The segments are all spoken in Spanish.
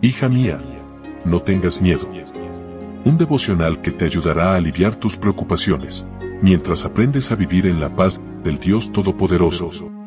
Hija mía, no tengas miedo. Un devocional que te ayudará a aliviar tus preocupaciones, mientras aprendes a vivir en la paz del Dios Todopoderoso.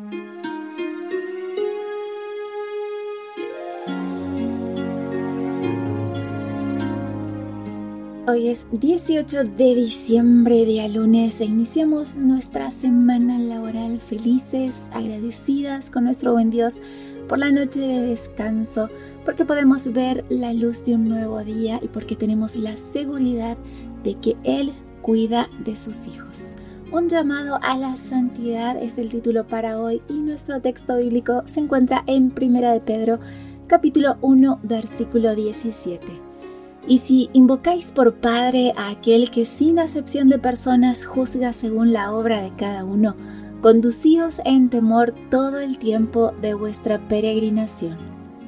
Hoy es 18 de diciembre, día lunes, e iniciamos nuestra semana laboral felices, agradecidas con nuestro buen Dios por la noche de descanso, porque podemos ver la luz de un nuevo día y porque tenemos la seguridad de que Él cuida de sus hijos. Un llamado a la santidad es el título para hoy y nuestro texto bíblico se encuentra en 1 de Pedro, capítulo 1, versículo 17. Y si invocáis por Padre a aquel que sin acepción de personas juzga según la obra de cada uno, conducíos en temor todo el tiempo de vuestra peregrinación.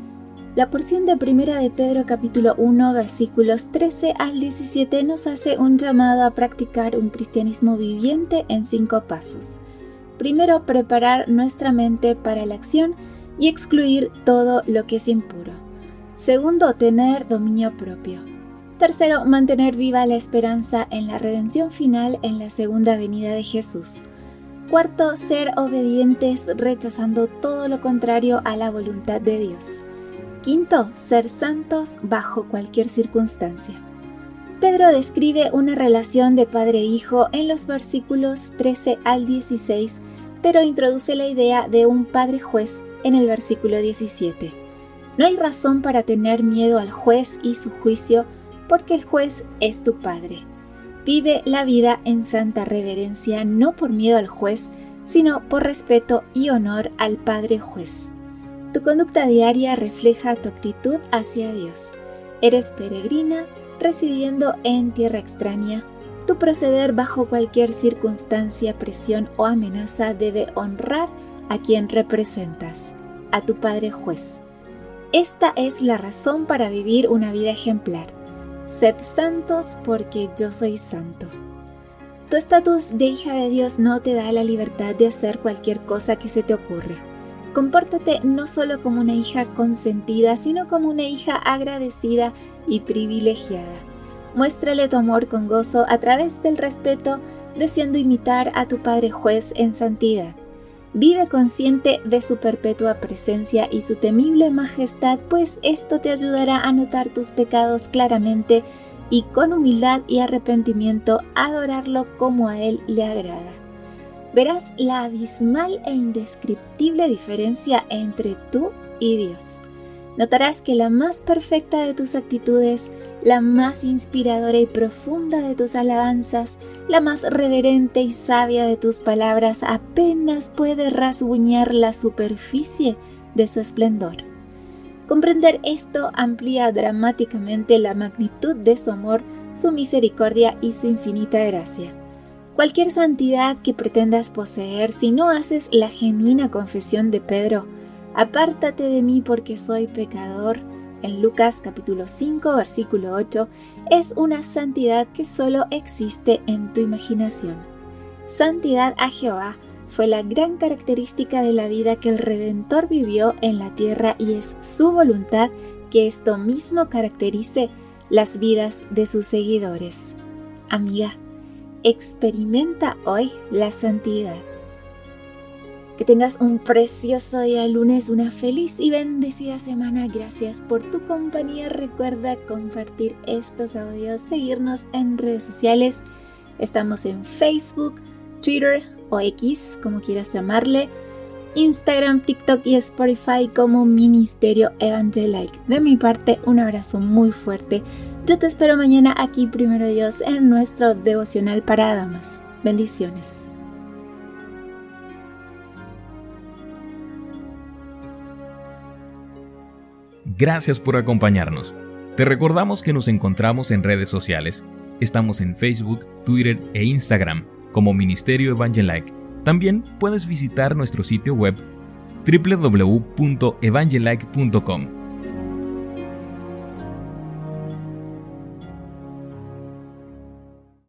La porción de 1 de Pedro capítulo 1 versículos 13 al 17 nos hace un llamado a practicar un cristianismo viviente en 5 pasos. Primero, preparar nuestra mente para la acción y excluir todo lo que es impuro. Segundo, tener dominio propio. Tercero, mantener viva la esperanza en la redención final en la segunda venida de Jesús. Cuarto, ser obedientes rechazando todo lo contrario a la voluntad de Dios. Quinto, ser santos bajo cualquier circunstancia. Pedro describe una relación de padre e hijo en los versículos 13 al 16, pero introduce la idea de un padre juez en el versículo 17. No hay razón para tener miedo al juez y su juicio, porque el juez es tu padre. Vive la vida en santa reverencia, no por miedo al juez, sino por respeto y honor al Padre juez. Tu conducta diaria refleja tu actitud hacia Dios. Eres peregrina, residiendo en tierra extraña. Tu proceder bajo cualquier circunstancia, presión o amenaza debe honrar a quien representas, a tu Padre juez. Esta es la razón para vivir una vida ejemplar. Sed santos porque yo soy santo. Tu estatus de hija de Dios no te da la libertad de hacer cualquier cosa que se te ocurre. Compórtate no solo como una hija consentida, sino como una hija agradecida y privilegiada. Muéstrale tu amor con gozo a través del respeto, deseando imitar a tu Padre juez en santidad. Vive consciente de su perpetua presencia y su temible majestad, pues esto te ayudará a notar tus pecados claramente y con humildad y arrepentimiento adorarlo como a Él le agrada. Verás la abismal e indescriptible diferencia entre tú y Dios. Notarás que la más perfecta de tus actitudes, la más inspiradora y profunda de tus alabanzas, la más reverente y sabia de tus palabras apenas puede rasguñar la superficie de su esplendor. Comprender esto amplía dramáticamente la magnitud de su amor, su misericordia y su infinita gracia. Cualquier santidad que pretendas poseer, si no haces la genuina confesión de Pedro, apártate de mí porque soy pecador, en Lucas capítulo 5 versículo 8, es una santidad que solo existe en tu imaginación. Santidad a Jehová fue la gran característica de la vida que el Redentor vivió en la tierra y es su voluntad que esto mismo caracterice las vidas de sus seguidores. Amiga, experimenta hoy la santidad. Que tengas un precioso día lunes, una feliz y bendecida semana. Gracias por tu compañía. Recuerda compartir estos audios, seguirnos en redes sociales. Estamos en Facebook, Twitter o X, como quieras llamarle, Instagram, TikTok y Spotify como Ministerio Evangelique. De mi parte, un abrazo muy fuerte. Yo te espero mañana aquí, primero Dios, en nuestro devocional para damas. Bendiciones. Gracias por acompañarnos. Te recordamos que nos encontramos en redes sociales. Estamos en Facebook, Twitter e Instagram como Ministerio Evangelique. También puedes visitar nuestro sitio web www.evangelique.com.